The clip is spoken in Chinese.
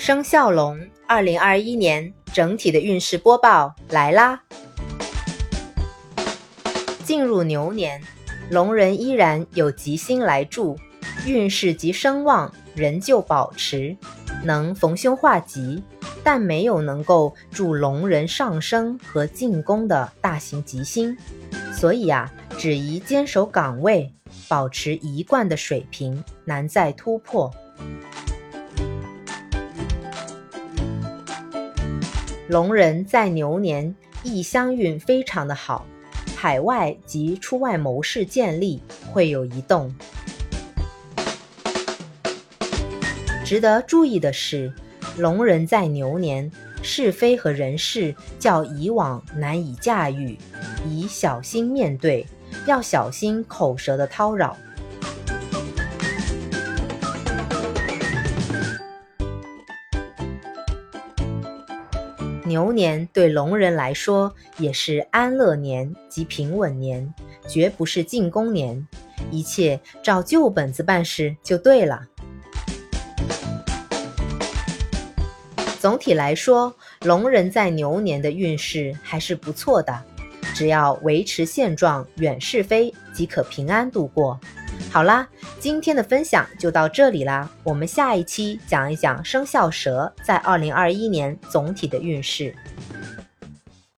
生肖龙2021年整体的运势播报来啦！进入牛年，龙人依然有吉星来助，运势及声望仍旧保持，能逢凶化吉，但没有能够助龙人上升和进攻的大型吉星，所以只宜坚守岗位，保持一贯的水平，难再突破。龙人在牛年异乡运非常的好，海外及出外谋事建立，会有移动。值得注意的是，龙人在牛年是非和人事较以往难以驾驭，宜小心面对，要小心口舌的叨扰。牛年对龙人来说也是安乐年及平稳年，绝不是进攻年，一切照旧本子办事就对了。总体来说，龙人在牛年的运势还是不错的，只要维持现状，远是非，即可平安度过。好啦，今天的分享就到这里啦，我们下一期讲一讲生肖蛇在2021年总体的运势。